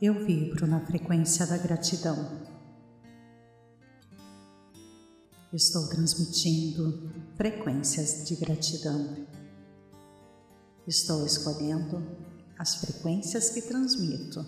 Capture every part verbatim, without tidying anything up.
Eu vibro na frequência da gratidão. Estou transmitindo frequências de gratidão. Estou escolhendo as frequências que transmito.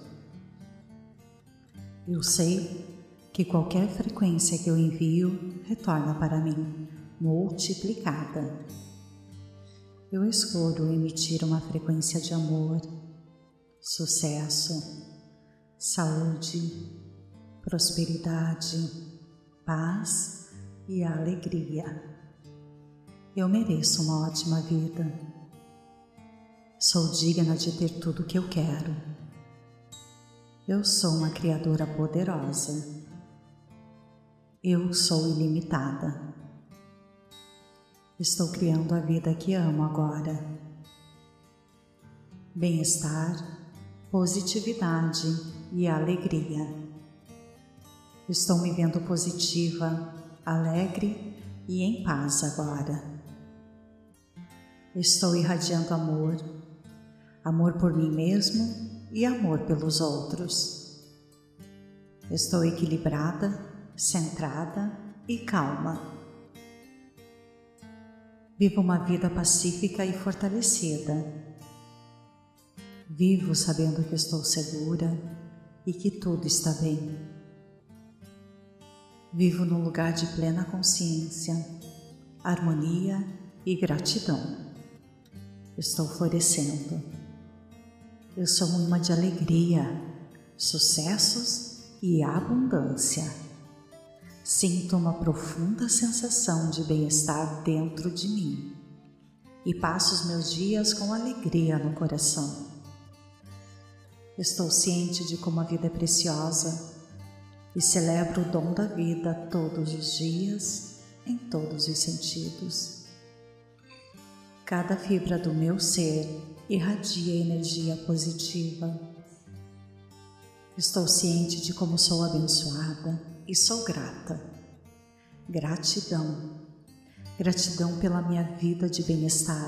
Eu sei que qualquer frequência que eu envio retorna para mim multiplicada. Eu escolho emitir uma frequência de amor, sucesso, saúde, prosperidade, paz e alegria. Eu mereço uma ótima vida. Sou digna de ter tudo o que eu quero. Eu sou uma criadora poderosa. Eu sou ilimitada. Estou criando a vida que amo agora. Bem-estar, positividade e alegria. Estou me vendo positiva, alegre e em paz agora. Estou irradiando amor, amor por mim mesmo e amor pelos outros. Estou equilibrada, centrada e calma. Vivo uma vida pacífica e fortalecida. Vivo sabendo que estou segura e que tudo está bem. Vivo num lugar de plena consciência, harmonia e gratidão. Estou florescendo. Eu sou um imã de alegria, sucessos e abundância. Sinto uma profunda sensação de bem-estar dentro de mim e passo os meus dias com alegria no coração. Estou ciente de como a vida é preciosa e celebro o dom da vida todos os dias, em todos os sentidos. Cada fibra do meu ser irradia energia positiva. Estou ciente de como sou abençoada e sou grata. Gratidão. Gratidão pela minha vida de bem-estar.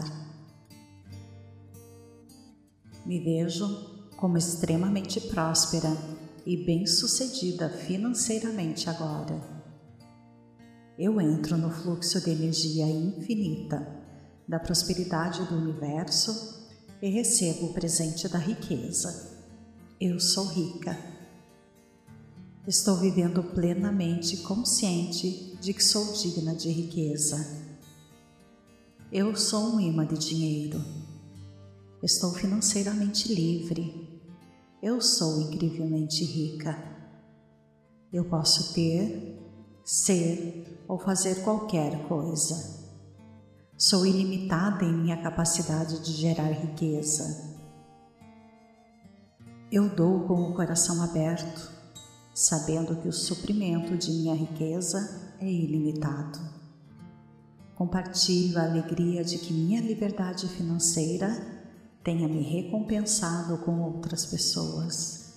Me vejo como extremamente próspera e bem-sucedida financeiramente agora. Eu entro no fluxo de energia infinita da prosperidade do universo e recebo o presente da riqueza. Eu sou rica. Estou vivendo plenamente consciente de que sou digna de riqueza. Eu sou um imã de dinheiro. Estou financeiramente livre. Eu sou incrivelmente rica. Eu posso ter, ser ou fazer qualquer coisa. Sou ilimitada em minha capacidade de gerar riqueza. Eu dou com o coração aberto, sabendo que o suprimento de minha riqueza é ilimitado. Compartilho a alegria de que minha liberdade financeira tenha me recompensado com outras pessoas.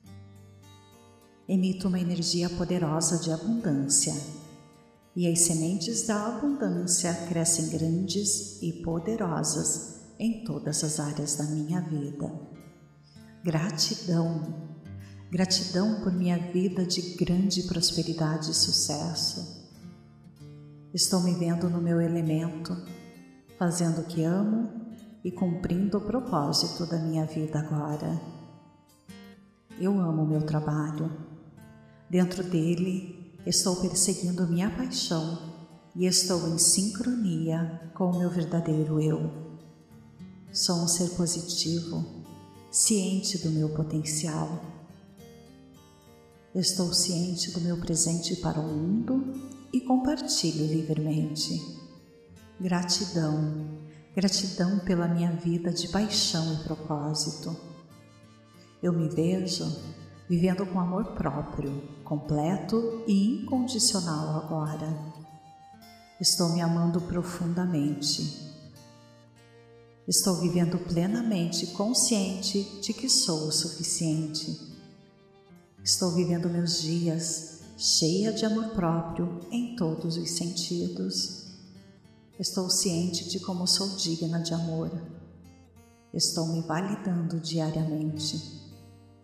Emito uma energia poderosa de abundância, e as sementes da abundância crescem grandes e poderosas em todas as áreas da minha vida. Gratidão. Gratidão por minha vida de grande prosperidade e sucesso. Estou me vendo no meu elemento, fazendo o que amo e cumprindo o propósito da minha vida agora. Eu amo o meu trabalho. Dentro dele, estou perseguindo minha paixão e estou em sincronia com o meu verdadeiro eu. Sou um ser positivo, ciente do meu potencial. Estou ciente do meu presente para o mundo e compartilho livremente. Gratidão, gratidão pela minha vida de paixão e propósito. Eu me vejo vivendo com amor próprio, completo e incondicional agora. Estou me amando profundamente. Estou vivendo plenamente consciente de que sou o suficiente. Estou vivendo meus dias cheia de amor próprio em todos os sentidos. Estou ciente de como sou digna de amor. Estou me validando diariamente.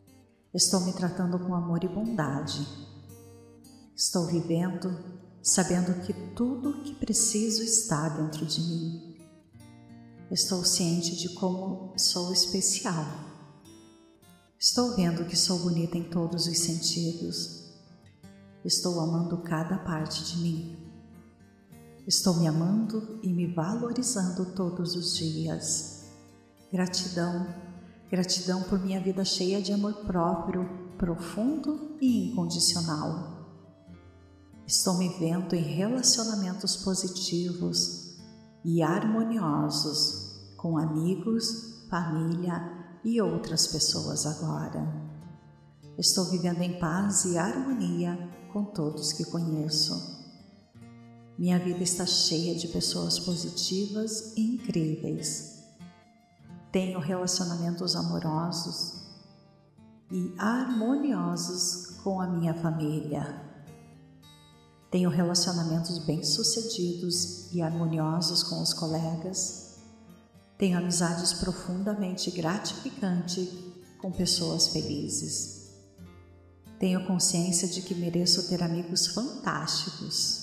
Estou me tratando com amor e bondade. Estou vivendo sabendo que tudo o que preciso está dentro de mim. Estou ciente de como sou especial. Estou vendo que sou bonita em todos os sentidos. Estou amando cada parte de mim. Estou me amando e me valorizando todos os dias. Gratidão, gratidão por minha vida cheia de amor próprio, profundo e incondicional. Estou me vendo em relacionamentos positivos e harmoniosos com amigos, família e outras pessoas agora. Estou vivendo em paz e harmonia com todos que conheço. Minha vida está cheia de pessoas positivas e incríveis. Tenho relacionamentos amorosos e harmoniosos com a minha família. Tenho relacionamentos bem-sucedidos e harmoniosos com os colegas. Tenho amizades profundamente gratificantes com pessoas felizes. Tenho consciência de que mereço ter amigos fantásticos.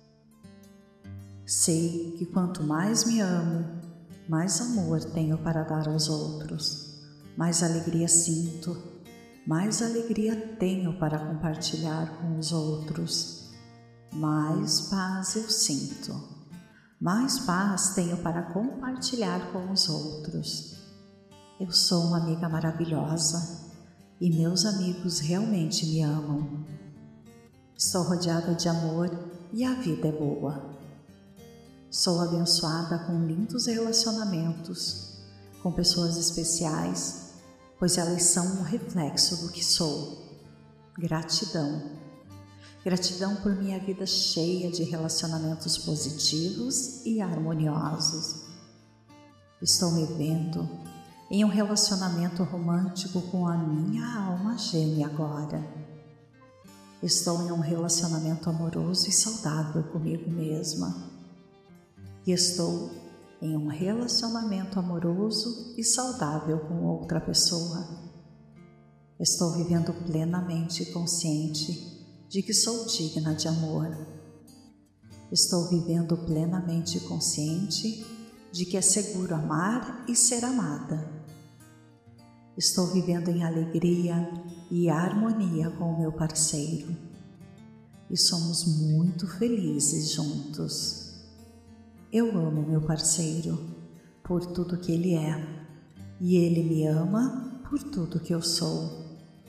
Sei que quanto mais me amo, mais amor tenho para dar aos outros, mais alegria sinto, mais alegria tenho para compartilhar com os outros, mais paz eu sinto, mais paz tenho para compartilhar com os outros. Eu sou uma amiga maravilhosa e meus amigos realmente me amam. Estou rodeada de amor e a vida é boa. Sou abençoada com lindos relacionamentos, com pessoas especiais, pois elas são um reflexo do que sou. Gratidão. Gratidão por minha vida cheia de relacionamentos positivos e harmoniosos. Estou me vendo em um relacionamento romântico com a minha alma gêmea agora. Estou em um relacionamento amoroso e saudável comigo mesma. E estou em um relacionamento amoroso e saudável com outra pessoa. Estou vivendo plenamente consciente de que sou digna de amor. Estou vivendo plenamente consciente de que é seguro amar e ser amada. Estou vivendo em alegria e harmonia com o meu parceiro. E somos muito felizes juntos. Eu amo meu parceiro por tudo que ele é, e ele me ama por tudo que eu sou.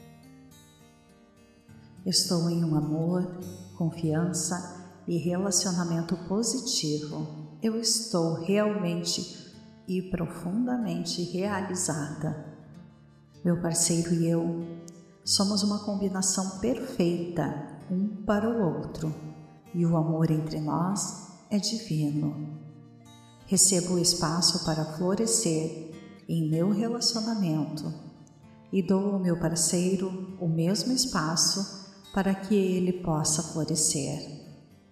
Estou em um amor, confiança e relacionamento positivo. Eu estou realmente e profundamente realizada. Meu parceiro e eu somos uma combinação perfeita um para o outro, e o amor entre nós é divino. Recebo o espaço para florescer em meu relacionamento e dou ao meu parceiro o mesmo espaço para que ele possa florescer.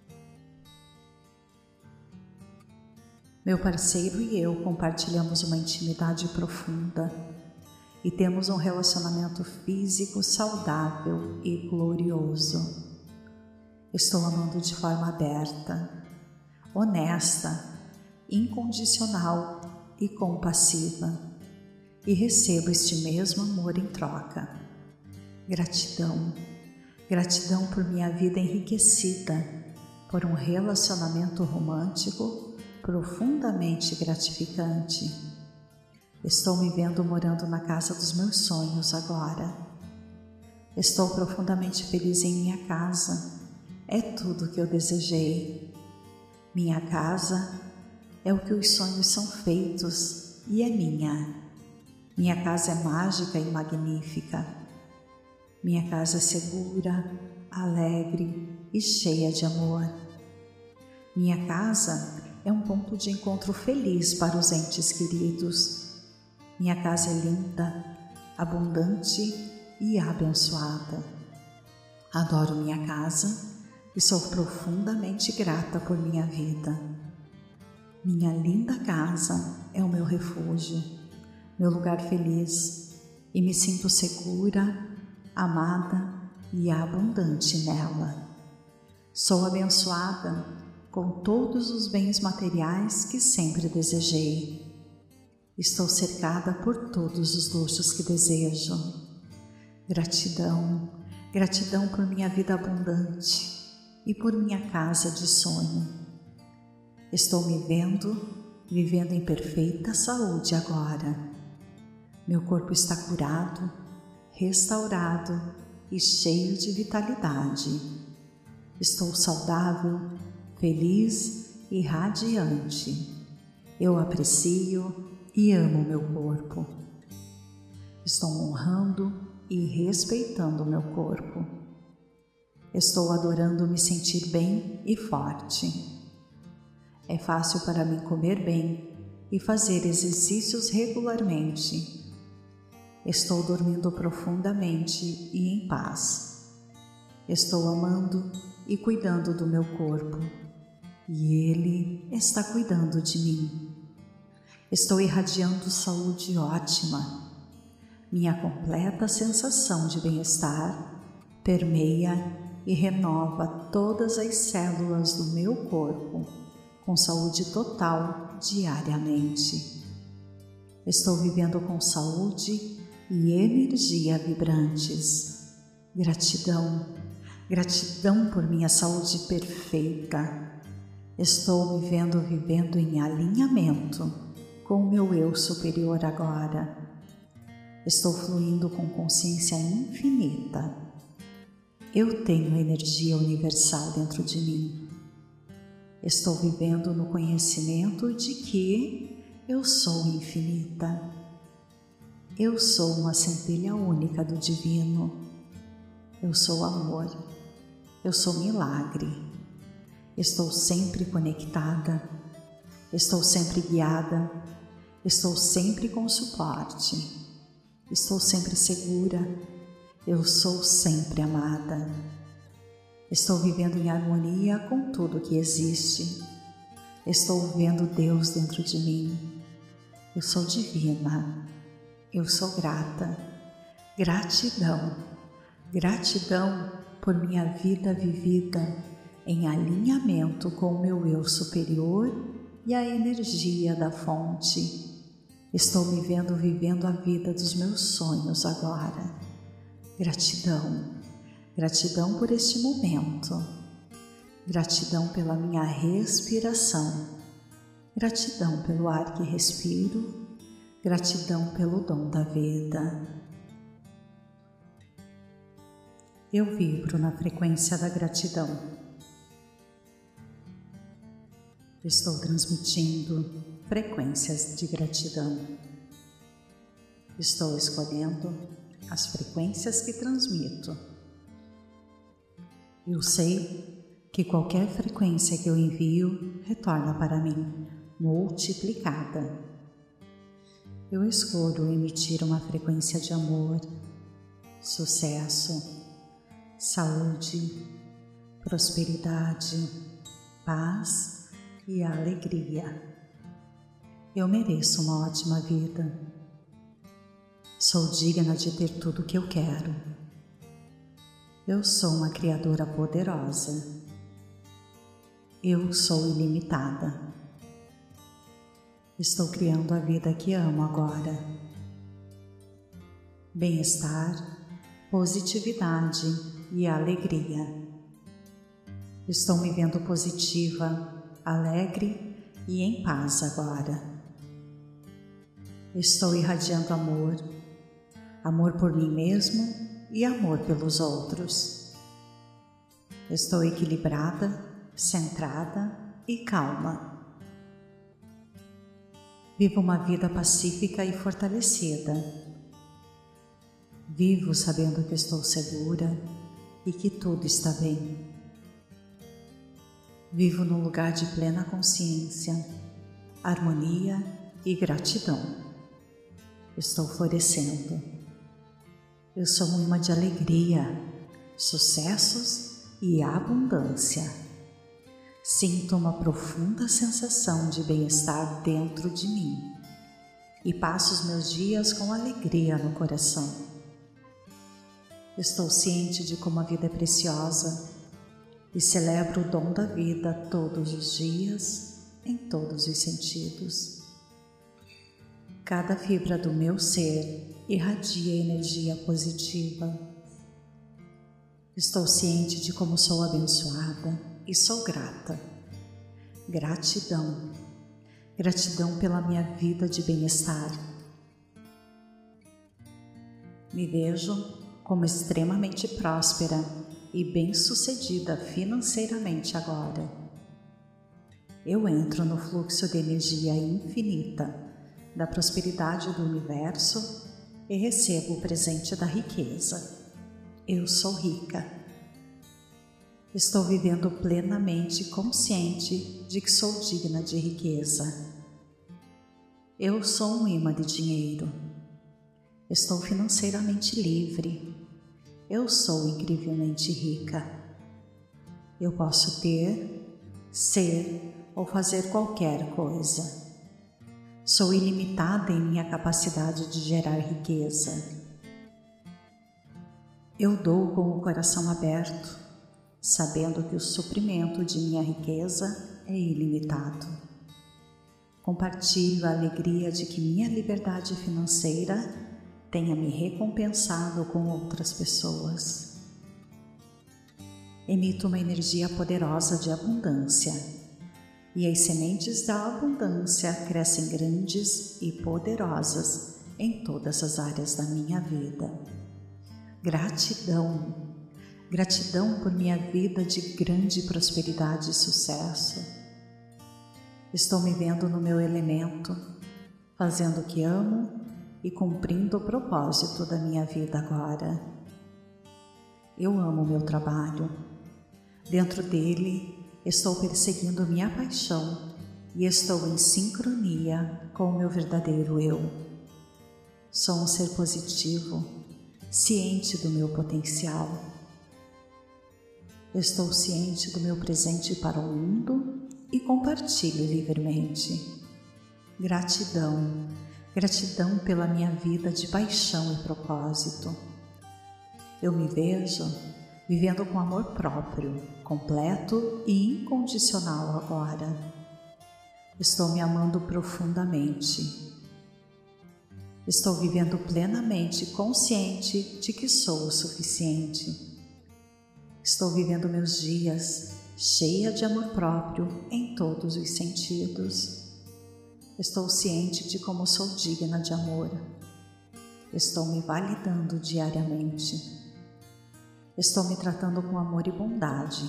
Meu parceiro e eu compartilhamos uma intimidade profunda e temos um relacionamento físico saudável e glorioso. Estou amando de forma aberta, honesta, incondicional e compassiva, e recebo este mesmo amor em troca. Gratidão, gratidão por minha vida enriquecida, por um relacionamento romântico profundamente gratificante. Estou me vendo morando na casa dos meus sonhos agora. Estou profundamente feliz em minha casa. É tudo o que eu desejei. Minha casa é o que os sonhos são feitos e é minha. Minha casa é mágica e magnífica. Minha casa é segura, alegre e cheia de amor. Minha casa é um ponto de encontro feliz para os entes queridos. Minha casa é linda, abundante e abençoada. Adoro minha casa e sou profundamente grata por minha vida. Minha linda casa é o meu refúgio, meu lugar feliz, e me sinto segura, amada e abundante nela. Sou abençoada com todos os bens materiais que sempre desejei. Estou cercada por todos os luxos que desejo. Gratidão, gratidão por minha vida abundante e por minha casa de sonho. Estou me vendo, vivendo em perfeita saúde agora. Meu corpo está curado, restaurado e cheio de vitalidade. Estou saudável, feliz e radiante. Eu aprecio e amo meu corpo. Estou honrando e respeitando meu corpo. Estou adorando me sentir bem e forte. É fácil para mim comer bem e fazer exercícios regularmente. Estou dormindo profundamente e em paz. Estou amando e cuidando do meu corpo, e ele está cuidando de mim. Estou irradiando saúde ótima. Minha completa sensação de bem-estar permeia e renova todas as células do meu corpo com saúde total diariamente. Estou vivendo com saúde e energia vibrantes. Gratidão, gratidão por minha saúde perfeita. Estou me vendo vivendo em alinhamento com o meu eu superior agora. Estou fluindo com consciência infinita. Eu tenho energia universal dentro de mim. Estou vivendo no conhecimento de que eu sou infinita. Eu sou uma centelha única do divino. Eu sou amor. Eu sou milagre. Estou sempre conectada. Estou sempre guiada. Estou sempre com suporte. Estou sempre segura. Eu sou sempre amada. Estou vivendo em harmonia com tudo que existe. Estou vendo Deus dentro de mim. Eu sou divina. Eu sou grata. Gratidão. Gratidão por minha vida vivida em alinhamento com o meu eu superior e a energia da fonte. Estou me vendo vivendo a vida dos meus sonhos agora. Gratidão. Gratidão por este momento. Gratidão pela minha respiração. Gratidão pelo ar que respiro. Gratidão pelo dom da vida. Eu vibro na frequência da gratidão. Estou transmitindo frequências de gratidão. Estou escolhendo as frequências que transmito. Eu sei que qualquer frequência que eu envio retorna para mim multiplicada. Eu escolho emitir uma frequência de amor, sucesso, saúde, prosperidade, paz e alegria. Eu mereço uma ótima vida. Sou digna de ter tudo o que eu quero. Eu sou uma criadora poderosa. Eu sou ilimitada. Estou criando a vida que amo agora. Bem-estar, positividade e alegria. Estou me vendo positiva, alegre e em paz agora. Estou irradiando amor, amor por mim mesmo e amor pelos outros. Estou equilibrada, centrada e calma. Vivo uma vida pacífica e fortalecida. Vivo sabendo que estou segura e que tudo está bem. Vivo num lugar de plena consciência, harmonia e gratidão. Estou florescendo. Eu sou um imã de alegria, sucessos e abundância. Sinto uma profunda sensação de bem-estar dentro de mim e passo os meus dias com alegria no coração. Estou ciente de como a vida é preciosa e celebro o dom da vida todos os dias, em todos os sentidos. Cada fibra do meu ser irradia energia positiva. Estou ciente de como sou abençoada e sou grata. Gratidão. Gratidão pela minha vida de bem-estar. Me vejo como extremamente próspera e bem-sucedida financeiramente agora. Eu entro no fluxo de energia infinita da prosperidade do universo e recebo o presente da riqueza. Eu sou rica. Estou vivendo plenamente consciente de que sou digna de riqueza. Eu sou um imã de dinheiro. Estou financeiramente livre. Eu sou incrivelmente rica. Eu posso ter, ser ou fazer qualquer coisa. Sou ilimitada em minha capacidade de gerar riqueza. Eu dou com o coração aberto, sabendo que o suprimento de minha riqueza é ilimitado. Compartilho a alegria de que minha liberdade financeira tenha me recompensado com outras pessoas. Emito uma energia poderosa de abundância, e as sementes da abundância crescem grandes e poderosas em todas as áreas da minha vida. Gratidão, gratidão por minha vida de grande prosperidade e sucesso. Estou me vendo no meu elemento, fazendo o que amo e cumprindo o propósito da minha vida agora. Eu amo o meu trabalho. Dentro dele, estou perseguindo minha paixão e estou em sincronia com o meu verdadeiro eu. Sou um ser positivo, ciente do meu potencial. Estou ciente do meu presente para o mundo e compartilho livremente. Gratidão. Gratidão pela minha vida de paixão e propósito. Eu me vejo vivendo com amor próprio, completo e incondicional agora. Estou me amando profundamente. Estou vivendo plenamente consciente de que sou o suficiente. Estou vivendo meus dias cheia de amor próprio em todos os sentidos. Estou ciente de como sou digna de amor. Estou me validando diariamente. Estou me tratando com amor e bondade.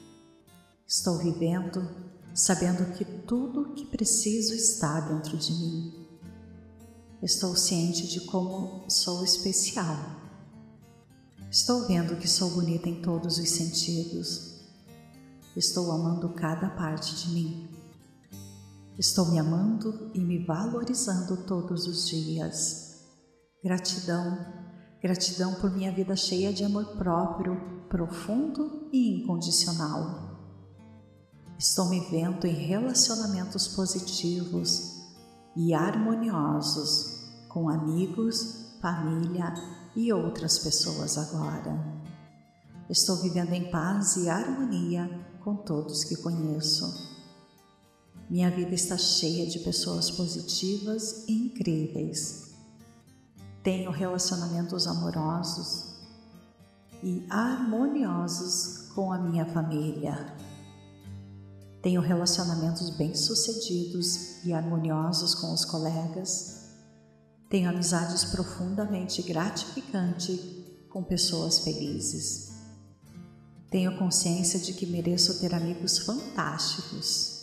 Estou vivendo sabendo que tudo o que preciso está dentro de mim. Estou ciente de como sou especial. Estou vendo que sou bonita em todos os sentidos. Estou amando cada parte de mim. Estou me amando e me valorizando todos os dias. Gratidão, gratidão por minha vida cheia de amor próprio, profundo e incondicional. Estou me vendo em relacionamentos positivos e harmoniosos com amigos, família e outras pessoas agora. Estou vivendo em paz e harmonia com todos que conheço. Minha vida está cheia de pessoas positivas e incríveis. Tenho relacionamentos amorosos e harmoniosos com a minha família. Tenho relacionamentos bem-sucedidos e harmoniosos com os colegas. Tenho amizades profundamente gratificantes com pessoas felizes. Tenho consciência de que mereço ter amigos fantásticos.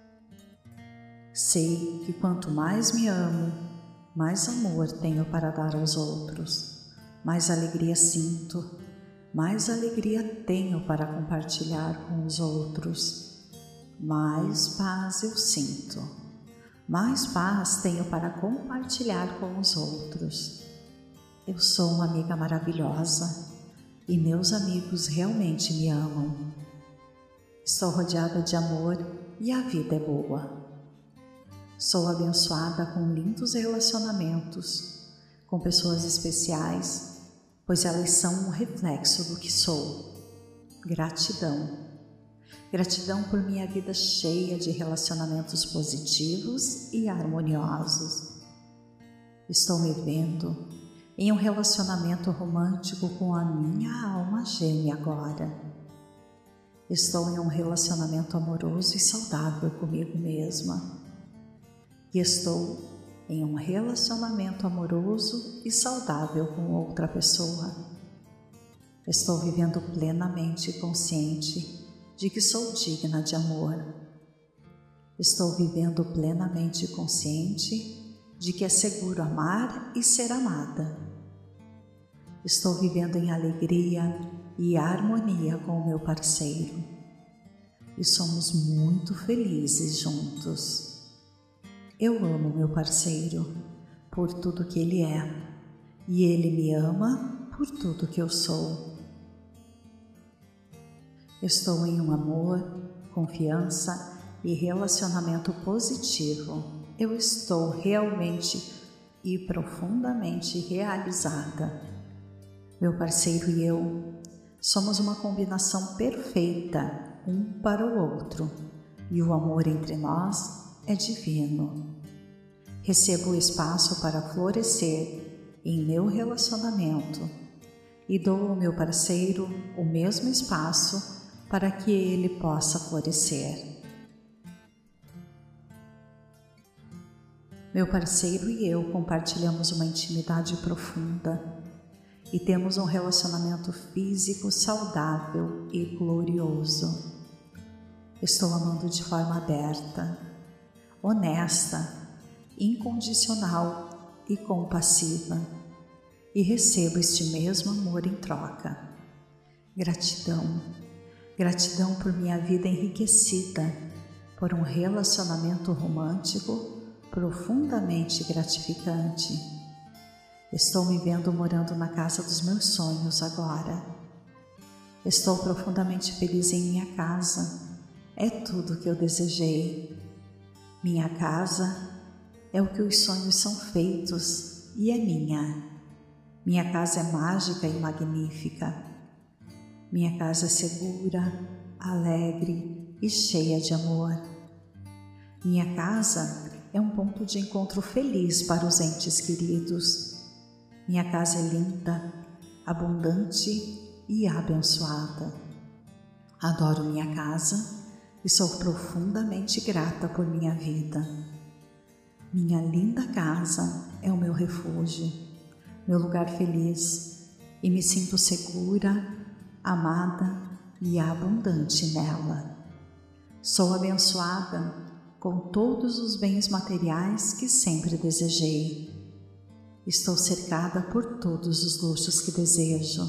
Sei que quanto mais me amo, mais amor tenho para dar aos outros, mais alegria sinto, mais alegria tenho para compartilhar com os outros, mais paz eu sinto, mais paz tenho para compartilhar com os outros. Eu sou uma amiga maravilhosa e meus amigos realmente me amam. Estou rodeada de amor e a vida é boa. Sou abençoada com lindos relacionamentos, com pessoas especiais pois elas são um reflexo do que sou. Gratidão. Gratidão por minha vida cheia de relacionamentos positivos e harmoniosos. Estou me vendo em um relacionamento romântico com a minha alma gêmea agora. Estou em um relacionamento amoroso e saudável comigo mesma. E estou em um relacionamento amoroso e saudável com outra pessoa. Estou vivendo plenamente consciente de que sou digna de amor. Estou vivendo plenamente consciente de que é seguro amar e ser amada. Estou vivendo em alegria e harmonia com o meu parceiro. E somos muito felizes juntos. Eu amo meu parceiro por tudo que ele é, e ele me ama por tudo que eu sou. Estou em um amor, confiança e relacionamento positivo. Eu estou realmente e profundamente realizada. Meu parceiro e eu somos uma combinação perfeita um para o outro, e o amor entre nós é divino. Recebo o espaço para florescer em meu relacionamento e dou ao meu parceiro o mesmo espaço para que ele possa florescer. Meu parceiro e eu compartilhamos uma intimidade profunda e temos um relacionamento físico saudável e glorioso. Estou amando de forma aberta, honesta, incondicional e compassiva, e recebo este mesmo amor em troca. Gratidão, gratidão por minha vida enriquecida, por um relacionamento romântico profundamente gratificante. Estou me vendo morando na casa dos meus sonhos agora. Estou profundamente feliz em minha casa. É tudo o que eu desejei. Minha casa é o que os sonhos são feitos e é minha. Minha casa é mágica e magnífica. Minha casa é segura, alegre e cheia de amor. Minha casa é um ponto de encontro feliz para os entes queridos. Minha casa é linda, abundante e abençoada. Adoro minha casa e sou profundamente grata por minha vida. Minha linda casa é o meu refúgio, meu lugar feliz, e me sinto segura, amada e abundante nela. Sou abençoada com todos os bens materiais que sempre desejei. Estou cercada por todos os luxos que desejo.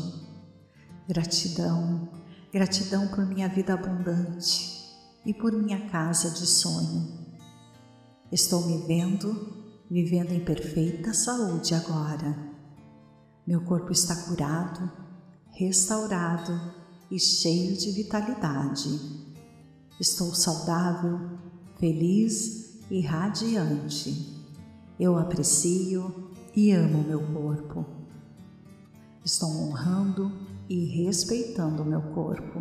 Gratidão, gratidão por minha vida abundante e por minha casa de sonho. Estou me vendo, vivendo em perfeita saúde agora. Meu corpo está curado, restaurado e cheio de vitalidade. Estou saudável, feliz e radiante. Eu aprecio e amo meu corpo. Estou honrando e respeitando meu corpo.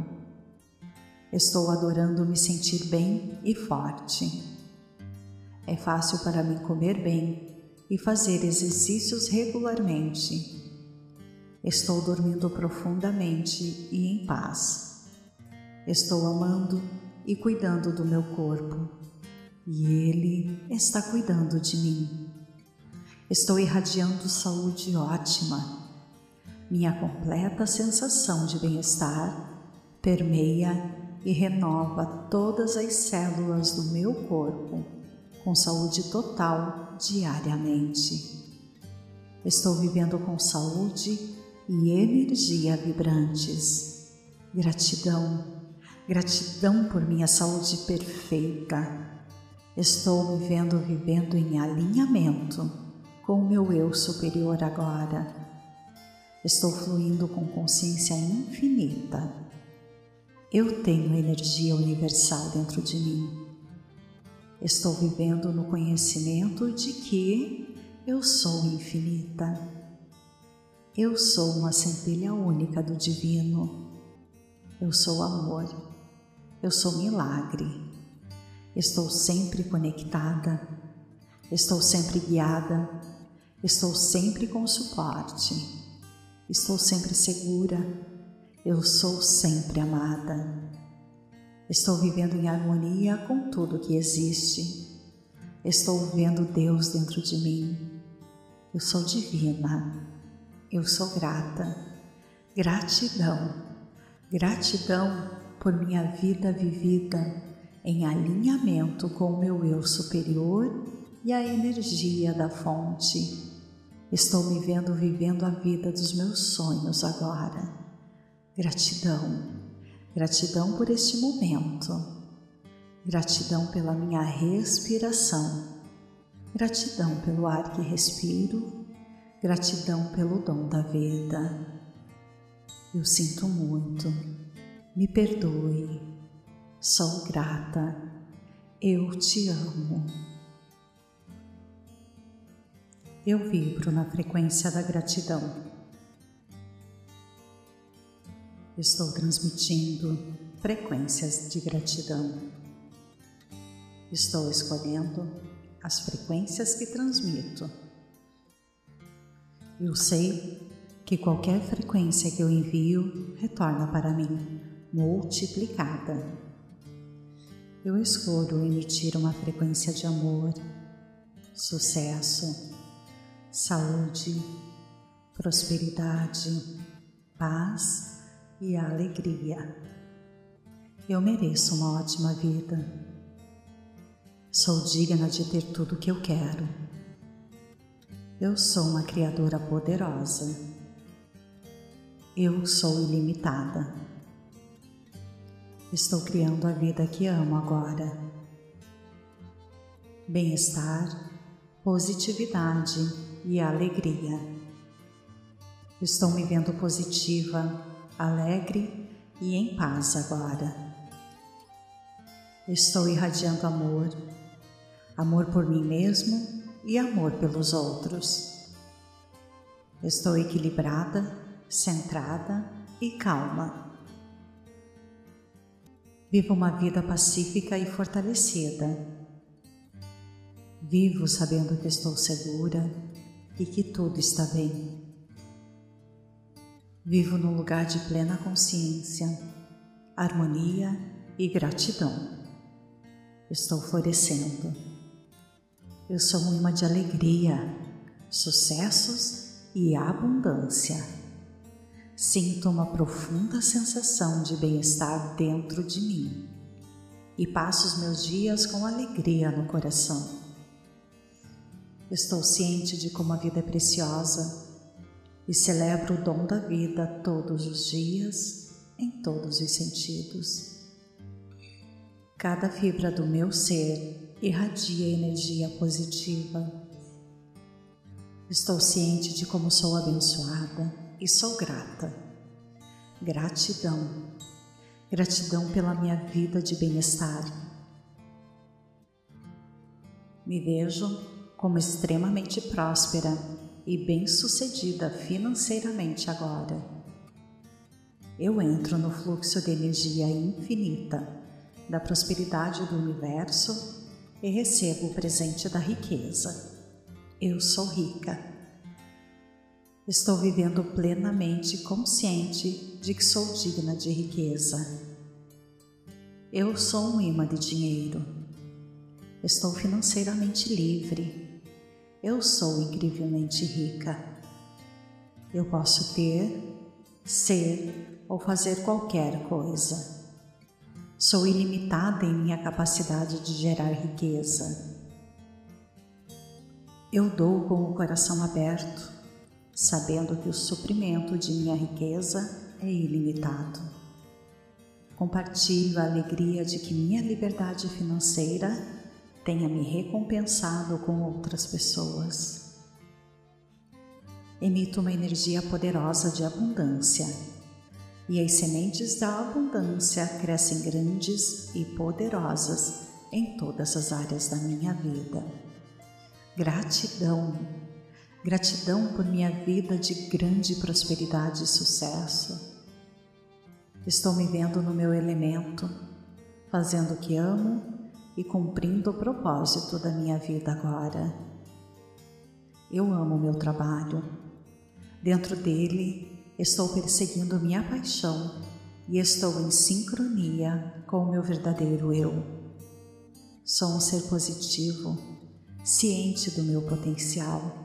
Estou adorando me sentir bem e forte. É fácil para mim comer bem e fazer exercícios regularmente. Estou dormindo profundamente e em paz. Estou amando e cuidando do meu corpo, e ele está cuidando de mim. Estou irradiando saúde ótima. Minha completa sensação de bem-estar permeia e renova todas as células do meu corpo com saúde total diariamente. Estou vivendo com saúde e energia vibrantes. Gratidão, gratidão por minha saúde perfeita. Estou me vendo vivendo em alinhamento com o meu eu superior agora. Estou fluindo com consciência infinita. Eu tenho energia universal dentro de mim. Estou vivendo no conhecimento de que eu sou infinita. Eu sou uma centelha única do divino. Eu sou amor. Eu sou milagre. Estou sempre conectada. Estou sempre guiada. Estou sempre com suporte. Estou sempre segura. Eu sou sempre amada. Estou vivendo em harmonia com tudo que existe. Estou vendo Deus dentro de mim. Eu sou divina. Eu sou grata. Gratidão. Gratidão por minha vida vivida em alinhamento com o meu eu superior e a energia da fonte. Estou me vendo vivendo a vida dos meus sonhos agora. Gratidão. Gratidão por este momento. Gratidão pela minha respiração. Gratidão pelo ar que respiro. Gratidão pelo dom da vida. Eu sinto muito. Me perdoe. Sou grata. Eu te amo. Eu vibro na frequência da gratidão. Estou transmitindo frequências de gratidão. Estou escolhendo as frequências que transmito. Eu sei que qualquer frequência que eu envio retorna para mim multiplicada. Eu escolho emitir uma frequência de amor, sucesso, saúde, prosperidade, paz e alegria. Eu mereço uma ótima vida. Sou digna de ter tudo o que eu quero. Eu sou uma criadora poderosa. Eu sou ilimitada. Estou criando a vida que amo agora. Bem-estar, positividade e alegria. Estou me vendo positiva, alegre e em paz agora. Estou irradiando amor, amor por mim mesmo e amor pelos outros. Estou equilibrada, centrada e calma. Vivo uma vida pacífica e fortalecida. Vivo sabendo que estou segura e que tudo está bem. Vivo num lugar de plena consciência, harmonia e gratidão. Estou florescendo. Eu sou um imã de alegria, sucessos e abundância. Sinto uma profunda sensação de bem-estar dentro de mim e passo os meus dias com alegria no coração. Estou ciente de como a vida é preciosa e celebro o dom da vida todos os dias, em todos os sentidos. Cada fibra do meu ser irradia energia positiva. Estou ciente de como sou abençoada e sou grata. Gratidão. Gratidão pela minha vida de bem-estar. Me vejo como extremamente próspera e bem-sucedida financeiramente agora. Eu entro no fluxo de energia infinita da prosperidade do universo e recebo o presente da riqueza. Eu sou rica. Estou vivendo plenamente consciente de que sou digna de riqueza. Eu sou um imã de dinheiro. Estou financeiramente livre. Eu sou incrivelmente rica. Eu posso ter, ser ou fazer qualquer coisa. Sou ilimitada em minha capacidade de gerar riqueza. Eu dou com o coração aberto, sabendo que o suprimento de minha riqueza é ilimitado. Compartilho a alegria de que minha liberdade financeira tenha me recompensado com outras pessoas. Emito uma energia poderosa de abundância, e as sementes da abundância crescem grandes e poderosas em todas as áreas da minha vida. Gratidão. Gratidão por minha vida de grande prosperidade e sucesso. Estou me vendo no meu elemento, fazendo o que amo e cumprindo o propósito da minha vida agora. Eu amo o meu trabalho. Dentro dele, estou perseguindo minha paixão e estou em sincronia com o meu verdadeiro eu. Sou um ser positivo, ciente do meu potencial.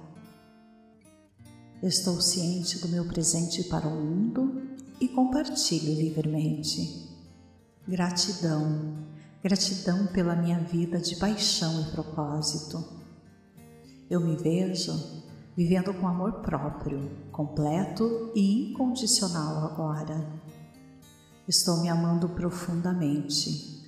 Estou ciente do meu presente para o mundo e compartilho livremente. Gratidão, gratidão pela minha vida de paixão e propósito. Eu me vejo vivendo com amor próprio, completo e incondicional agora. Estou me amando profundamente.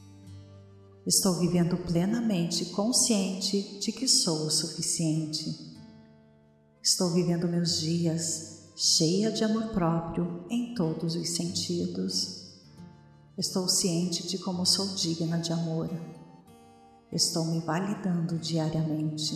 Estou vivendo plenamente consciente de que sou o suficiente. Estou vivendo meus dias cheia de amor próprio em todos os sentidos. Estou ciente de como sou digna de amor. Estou me validando diariamente.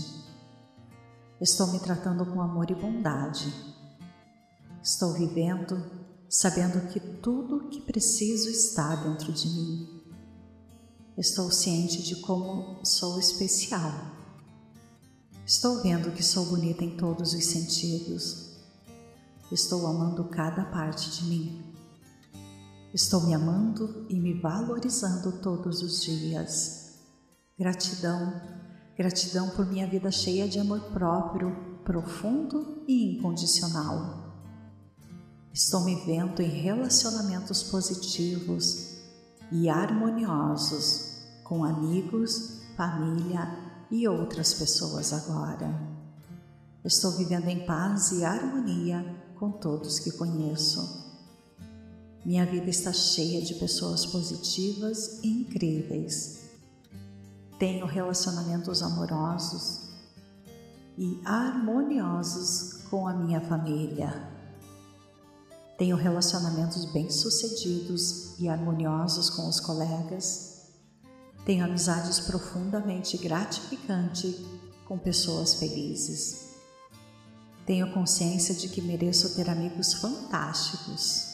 Estou me tratando com amor e bondade. Estou vivendo sabendo que tudo o que preciso está dentro de mim. Estou ciente de como sou especial. Estou vendo que sou bonita em todos os sentidos. Estou amando cada parte de mim. Estou me amando e me valorizando todos os dias. Gratidão, gratidão por minha vida cheia de amor próprio, profundo e incondicional. Estou me vendo em relacionamentos positivos e harmoniosos com amigos, família e outras pessoas agora. Estou vivendo em paz e harmonia com todos que conheço. Minha vida está cheia de pessoas positivas e incríveis. Tenho relacionamentos amorosos e harmoniosos com a minha família. Tenho relacionamentos bem-sucedidos e harmoniosos com os colegas. Tenho amizades profundamente gratificantes com pessoas felizes. Tenho consciência de que mereço ter amigos fantásticos.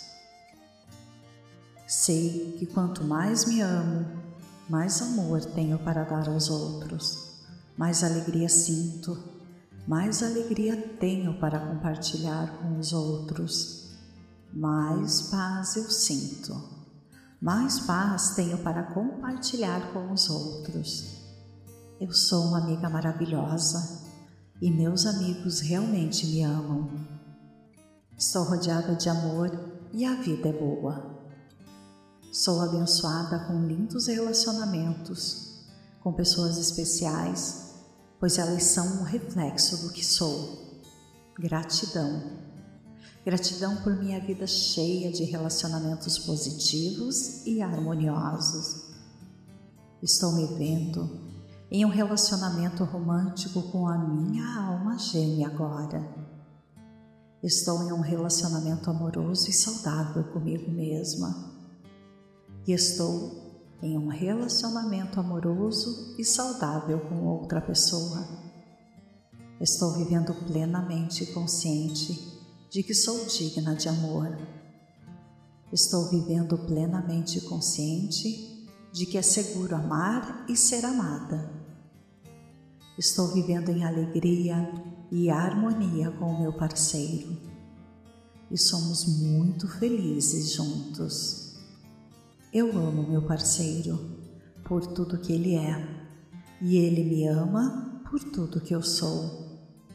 Sei que quanto mais me amo, mais amor tenho para dar aos outros, mais alegria sinto, mais alegria tenho para compartilhar com os outros, mais paz eu sinto. Mais paz tenho para compartilhar com os outros. Eu sou uma amiga maravilhosa e meus amigos realmente me amam. Estou rodeada de amor e a vida é boa. Sou abençoada com lindos relacionamentos, com pessoas especiais, pois elas são um reflexo do que sou. Gratidão. Gratidão por minha vida cheia de relacionamentos positivos e harmoniosos. Estou me vendo em um relacionamento romântico com a minha alma gêmea agora. Estou em um relacionamento amoroso e saudável comigo mesma. E estou em um relacionamento amoroso e saudável com outra pessoa. Estou vivendo plenamente consciente de que sou digna de amor. Estou vivendo plenamente consciente de que é seguro amar e ser amada. Estou vivendo em alegria e harmonia com o meu parceiro. E somos muito felizes juntos. Eu amo meu parceiro por tudo que ele é, e ele me ama por tudo que eu sou.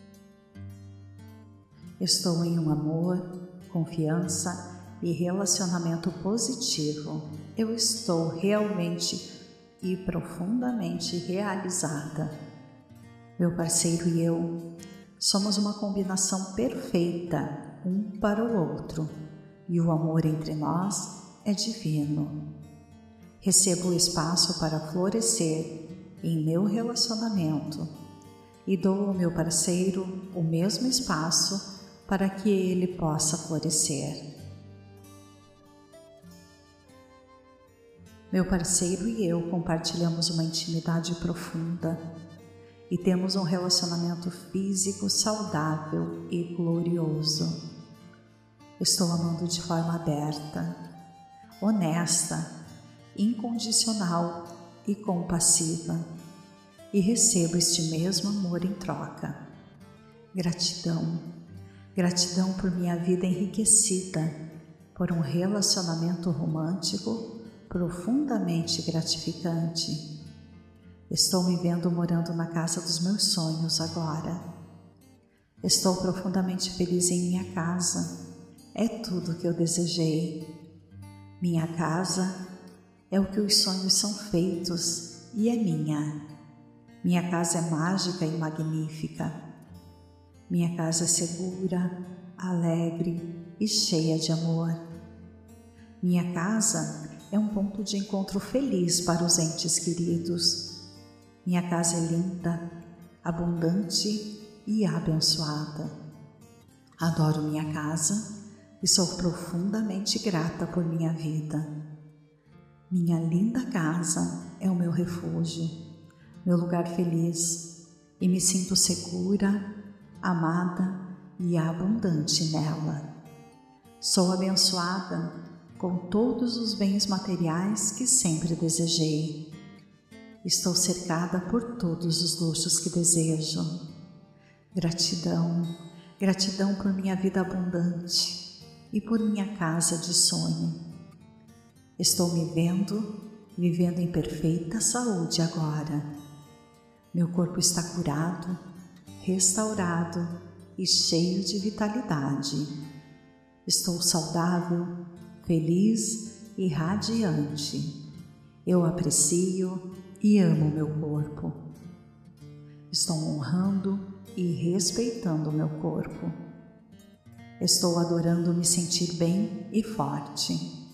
Estou em um amor, confiança e relacionamento positivo. Eu estou realmente e profundamente realizada. Meu parceiro e eu somos uma combinação perfeita um para o outro, e o amor entre nós é divino. Recebo o espaço para florescer em meu relacionamento e dou ao meu parceiro o mesmo espaço para que ele possa florescer. Meu parceiro e eu compartilhamos uma intimidade profunda e temos um relacionamento físico saudável e glorioso. Estou amando de forma aberta, honesta, incondicional e compassiva, e recebo este mesmo amor em troca. Gratidão, gratidão por minha vida enriquecida, por um relacionamento romântico profundamente gratificante. Estou me vendo morando na casa dos meus sonhos agora. Estou profundamente feliz em minha casa. É tudo o que eu desejei. Minha casa é o que os sonhos são feitos e é minha. Minha casa é mágica e magnífica. Minha casa é segura, alegre e cheia de amor. Minha casa é um ponto de encontro feliz para os entes queridos. Minha casa é linda, abundante e abençoada. Adoro minha casa e sou profundamente grata por minha vida. Minha linda casa é o meu refúgio, meu lugar feliz, e me sinto segura, amada e abundante nela. Sou abençoada com todos os bens materiais que sempre desejei. Estou cercada por todos os luxos que desejo. Gratidão, gratidão por minha vida abundante e por minha casa de sonho. Estou me vendo, vivendo em perfeita saúde agora. Meu corpo está curado, restaurado e cheio de vitalidade. Estou saudável, feliz e radiante. Eu aprecio e amo meu corpo. Estou honrando e respeitando meu corpo. Estou adorando me sentir bem e forte.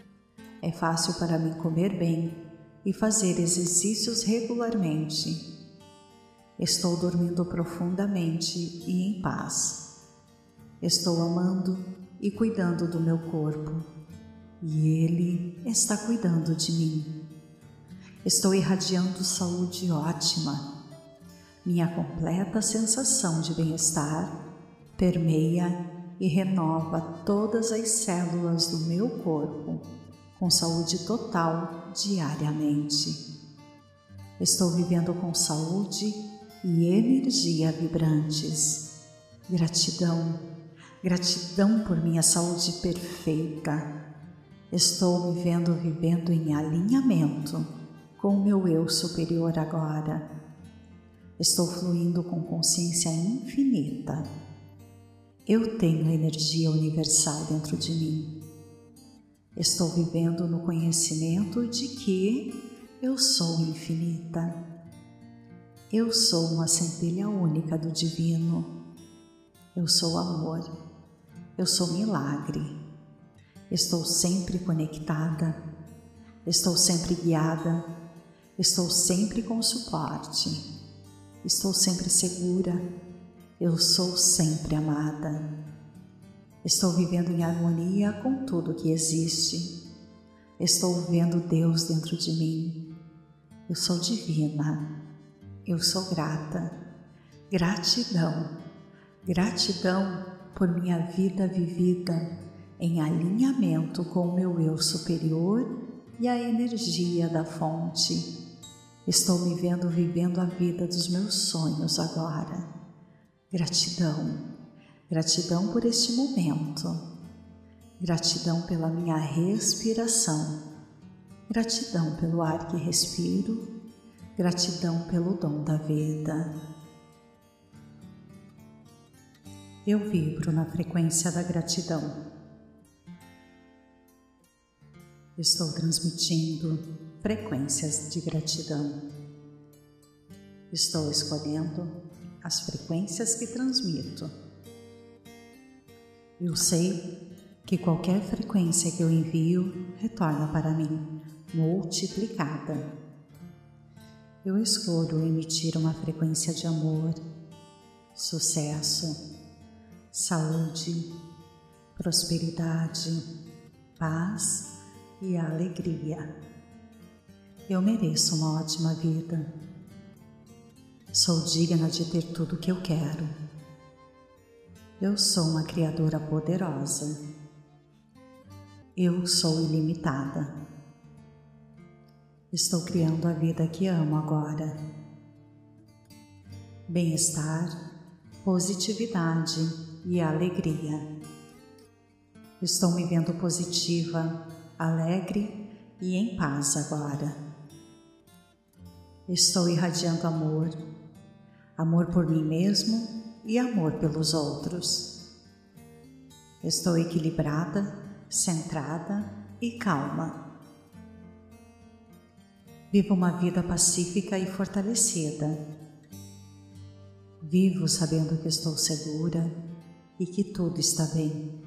É fácil para mim comer bem e fazer exercícios regularmente. Estou dormindo profundamente e em paz. Estou amando e cuidando do meu corpo, e ele está cuidando de mim. Estou irradiando saúde ótima. Minha completa sensação de bem-estar permeia e renova todas as células do meu corpo com saúde total diariamente. Estou vivendo com saúde e energia vibrantes. Gratidão, gratidão por minha saúde perfeita. Estou me vendo vivendo em alinhamento com o meu eu superior agora. Estou fluindo com consciência infinita. Eu tenho energia universal dentro de mim. Estou vivendo no conhecimento de que eu sou infinita. Eu sou uma centelha única do divino. Eu sou amor. Eu sou milagre. Estou sempre conectada. Estou sempre guiada. Estou sempre com suporte. Estou sempre segura. Eu sou sempre amada. Estou vivendo em harmonia com tudo que existe. Estou vendo Deus dentro de mim. Eu sou divina. Eu sou grata. Gratidão. Gratidão por minha vida vivida em alinhamento com o meu eu superior e a energia da fonte. Estou me vendo vivendo a vida dos meus sonhos agora. Gratidão, gratidão por este momento. Gratidão pela minha respiração. Gratidão pelo ar que respiro. Gratidão pelo dom da vida. Eu vibro na frequência da gratidão. Estou transmitindo frequências de gratidão. Estou escolhendo as frequências que transmito. Eu sei que qualquer frequência que eu envio retorna para mim multiplicada. Eu escolho emitir uma frequência de amor, sucesso, saúde, prosperidade, paz e alegria. Eu mereço uma ótima vida. Sou digna de ter tudo o que eu quero. Eu sou uma criadora poderosa. Eu sou ilimitada. Estou criando a vida que amo agora. Bem-estar, positividade e alegria. Estou me vendo positiva, alegre e em paz agora. Estou irradiando amor, amor por mim mesmo e amor pelos outros. Estou equilibrada, centrada e calma. Vivo uma vida pacífica e fortalecida. Vivo sabendo que estou segura e que tudo está bem.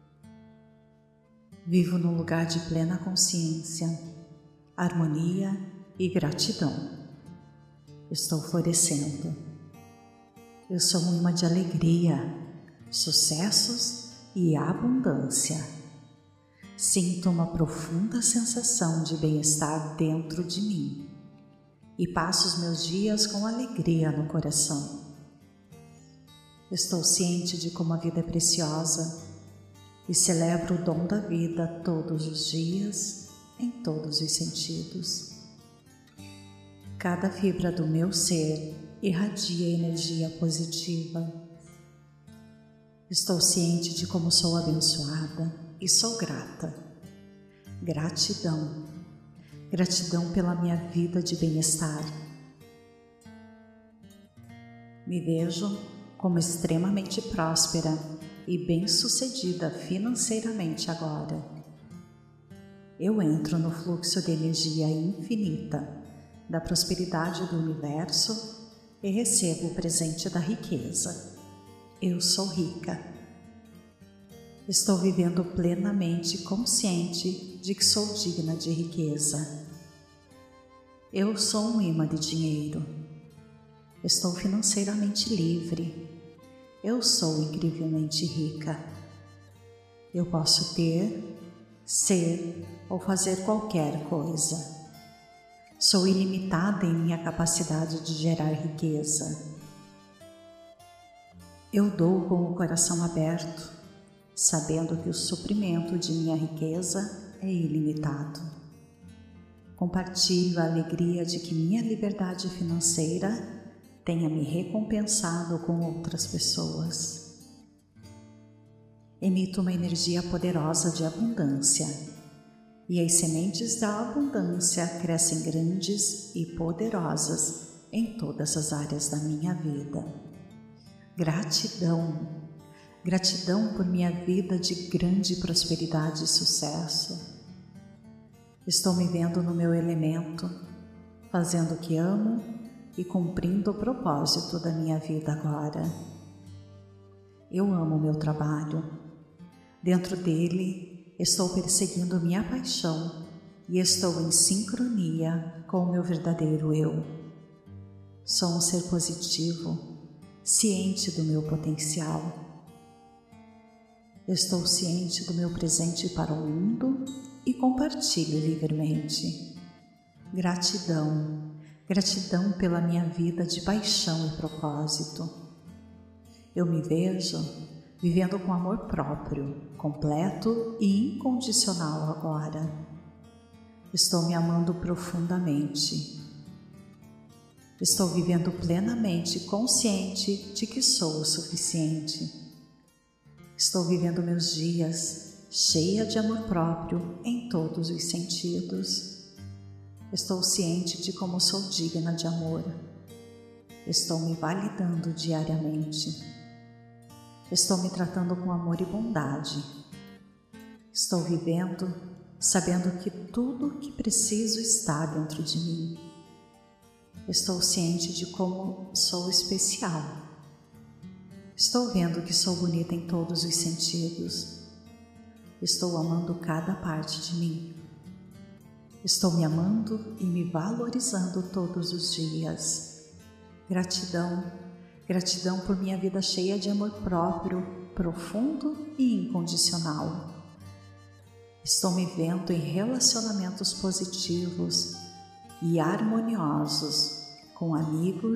Vivo num lugar de plena consciência, harmonia e gratidão. Estou florescendo. Eu sou um imã de alegria, sucessos e abundância. Sinto uma profunda sensação de bem-estar dentro de mim e passo os meus dias com alegria no coração. Estou ciente de como a vida é preciosa e celebro o dom da vida todos os dias, em todos os sentidos. Cada fibra do meu ser irradia energia positiva. Estou ciente de como sou abençoada e sou grata. Gratidão. Gratidão pela minha vida de bem-estar. Me vejo como extremamente próspera e bem-sucedida financeiramente agora. Eu entro no fluxo de energia infinita da prosperidade do universo e recebo o presente da riqueza. Eu sou rica. Estou vivendo plenamente consciente de que sou digna de riqueza. Eu sou um imã de dinheiro. Estou financeiramente livre. Eu sou incrivelmente rica. Eu posso ter, ser ou fazer qualquer coisa. Sou ilimitada em minha capacidade de gerar riqueza. Eu dou com o coração aberto, sabendo que o suprimento de minha riqueza é ilimitado. Compartilho a alegria de que minha liberdade financeira tenha me recompensado com outras pessoas. Emito uma energia poderosa de abundância, e as sementes da abundância crescem grandes e poderosas em todas as áreas da minha vida. Gratidão, gratidão por minha vida de grande prosperidade e sucesso. Estou me vendo no meu elemento, fazendo o que amo e cumprindo o propósito da minha vida agora. Eu amo o meu trabalho. Dentro dele, estou perseguindo minha paixão e estou em sincronia com o meu verdadeiro eu. Sou um ser positivo, ciente do meu potencial. Estou ciente do meu presente para o mundo e compartilho livremente. Gratidão, gratidão pela minha vida de paixão e propósito. Eu me vejo vivendo com amor próprio, completo e incondicional agora. Estou me amando profundamente. Estou vivendo plenamente consciente de que sou o suficiente. Estou vivendo meus dias cheia de amor próprio em todos os sentidos. Estou ciente de como sou digna de amor. Estou me validando diariamente. Estou me tratando com amor e bondade. Estou vivendo sabendo que tudo o que preciso está dentro de mim. Estou ciente de como sou especial. Estou vendo que sou bonita em todos os sentidos. Estou amando cada parte de mim. Estou me amando e me valorizando todos os dias. Gratidão, gratidão por minha vida cheia de amor próprio, profundo e incondicional. Estou me vendo em relacionamentos positivos e harmoniosos com amigos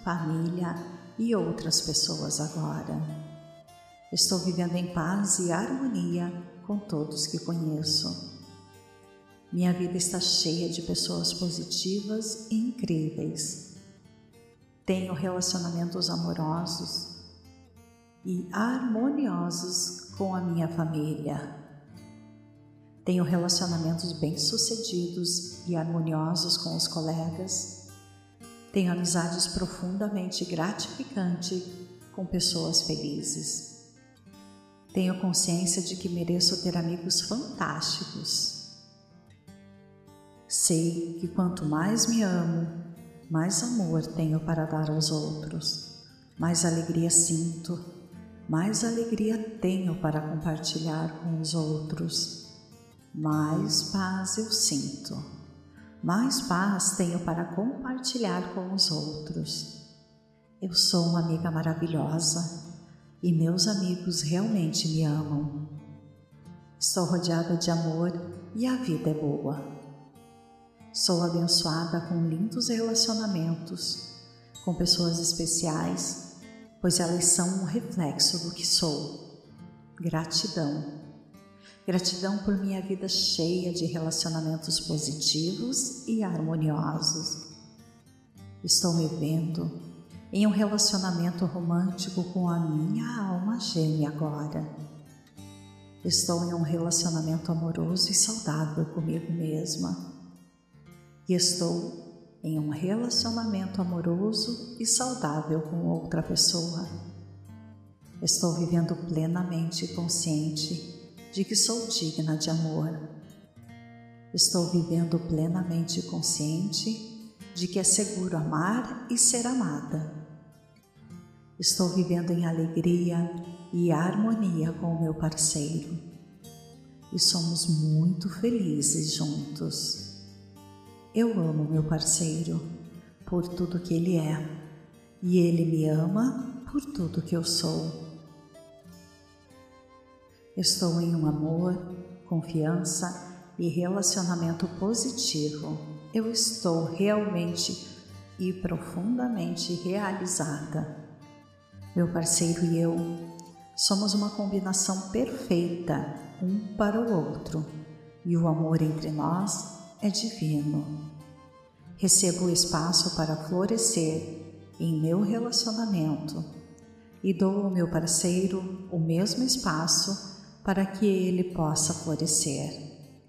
família e outras pessoas agora. Estou vivendo em paz e harmonia com todos que conheço. Minha vida está cheia de pessoas positivas e incríveis. Tenho relacionamentos amorosos e harmoniosos com a minha família. Tenho relacionamentos bem-sucedidos e harmoniosos com os colegas. Tenho amizades profundamente gratificantes com pessoas felizes. Tenho consciência de que mereço ter amigos fantásticos. Sei que quanto mais me amo, mais amor tenho para dar aos outros, mais alegria sinto, mais alegria tenho para compartilhar com os outros, mais paz eu sinto, mais paz tenho para compartilhar com os outros. Eu sou uma amiga maravilhosa e meus amigos realmente me amam. Estou rodeada de amor e a vida é boa. Sou abençoada com lindos relacionamentos, com pessoas especiais, pois elas são um reflexo do que sou. Gratidão. Gratidão por minha vida cheia de relacionamentos positivos e harmoniosos. Estou me vendo em um relacionamento romântico com a minha alma gêmea agora. Estou em um relacionamento amoroso e saudável comigo mesma. E estou em um relacionamento amoroso e saudável com outra pessoa. Estou vivendo plenamente consciente de que sou digna de amor. Estou vivendo plenamente consciente de que é seguro amar e ser amada. Estou vivendo em alegria e harmonia com o meu parceiro. E somos muito felizes juntos. Eu amo meu parceiro por tudo que ele é, e ele me ama por tudo que eu sou. Estou em um amor, confiança e relacionamento positivo. Eu estou realmente e profundamente realizada. Meu parceiro e eu somos uma combinação perfeita um para o outro, e o amor entre nós é divino. Recebo o espaço para florescer em meu relacionamento e dou ao meu parceiro o mesmo espaço para que ele possa florescer.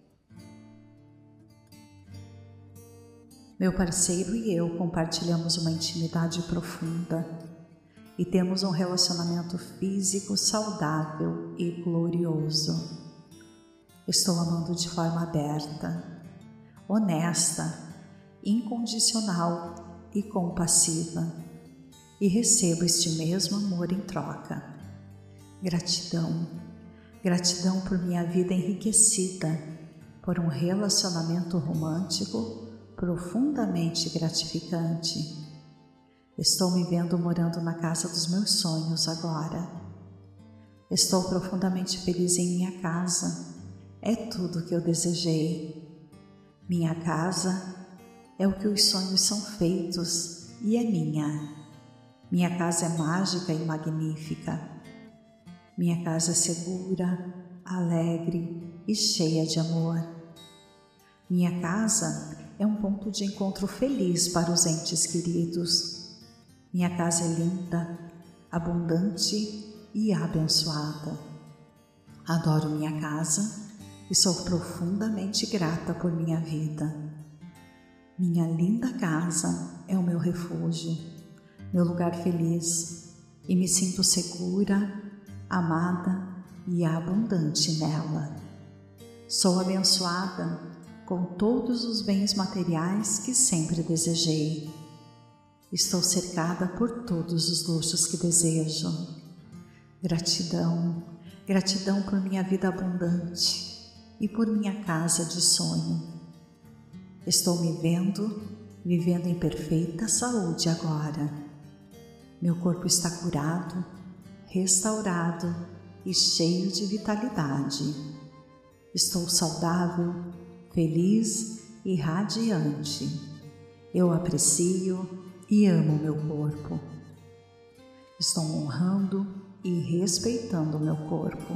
Meu parceiro e eu compartilhamos uma intimidade profunda e temos um relacionamento físico saudável e glorioso. Estou amando de forma aberta, honesta, incondicional e compassiva, e recebo este mesmo amor em troca. Gratidão, gratidão por minha vida enriquecida, por um relacionamento romântico profundamente gratificante. Estou me vendo morando na casa dos meus sonhos agora. Estou profundamente feliz em minha casa. É tudo o que eu desejei. Minha casa é o que os sonhos são feitos e é minha. Minha casa é mágica e magnífica. Minha casa é segura, alegre e cheia de amor. Minha casa é um ponto de encontro feliz para os entes queridos. Minha casa é linda, abundante e abençoada. Adoro minha casa e sou profundamente grata por minha vida. Minha linda casa é o meu refúgio, meu lugar feliz, e me sinto segura, amada e abundante nela. Sou abençoada com todos os bens materiais que sempre desejei. Estou cercada por todos os luxos que desejo. Gratidão, gratidão por minha vida abundante e por minha casa de sonho. Estou me vendo, vivendo em perfeita saúde agora. Meu corpo está curado, restaurado e cheio de vitalidade. Estou saudável, feliz e radiante. Eu aprecio e amo meu corpo. Estou honrando e respeitando meu corpo.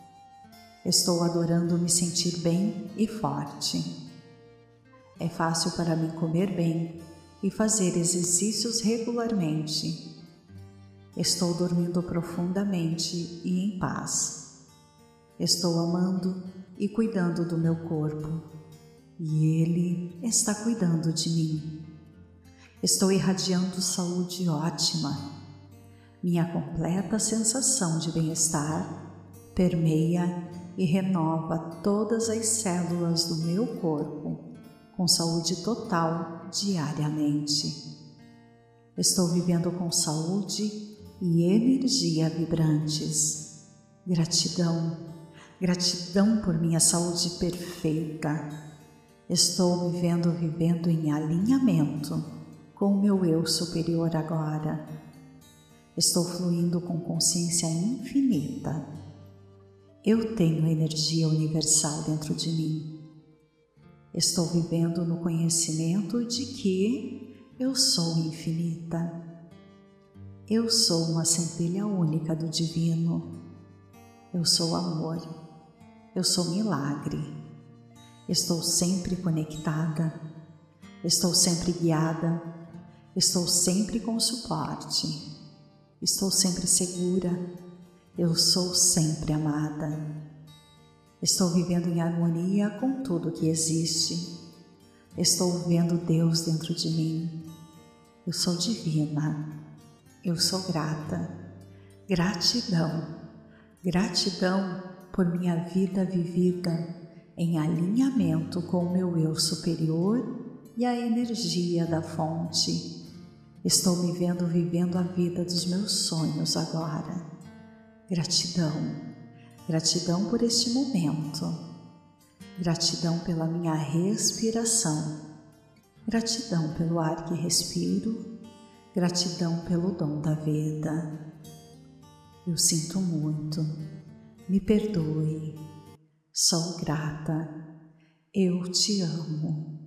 Estou adorando me sentir bem e forte. É fácil para mim comer bem e fazer exercícios regularmente. Estou dormindo profundamente e em paz. Estou amando e cuidando do meu corpo, e ele está cuidando de mim. Estou irradiando saúde ótima. Minha completa sensação de bem-estar permeia e renova todas as células do meu corpo com saúde total diariamente. Estou vivendo com saúde e energia vibrantes. Gratidão, gratidão por minha saúde perfeita. Estou me vendo vivendo em alinhamento com o meu eu superior agora. Estou fluindo com consciência infinita. Eu tenho energia universal dentro de mim. Estou vivendo no conhecimento de que eu sou infinita. Eu sou uma centelha única do divino. Eu sou amor. Eu sou milagre. Estou sempre conectada. Estou sempre guiada. Estou sempre com suporte. Estou sempre segura. Eu sou sempre amada. Estou vivendo em harmonia com tudo que existe. Estou vendo Deus dentro de mim. Eu sou divina. Eu sou grata. Gratidão. Gratidão por minha vida vivida em alinhamento com o meu eu superior e a energia da fonte. Estou me vendo vivendo a vida dos meus sonhos agora. Gratidão. Gratidão por este momento. Gratidão pela minha respiração. Gratidão pelo ar que respiro. Gratidão pelo dom da vida. Eu sinto muito. Me perdoe. Sou grata. Eu te amo.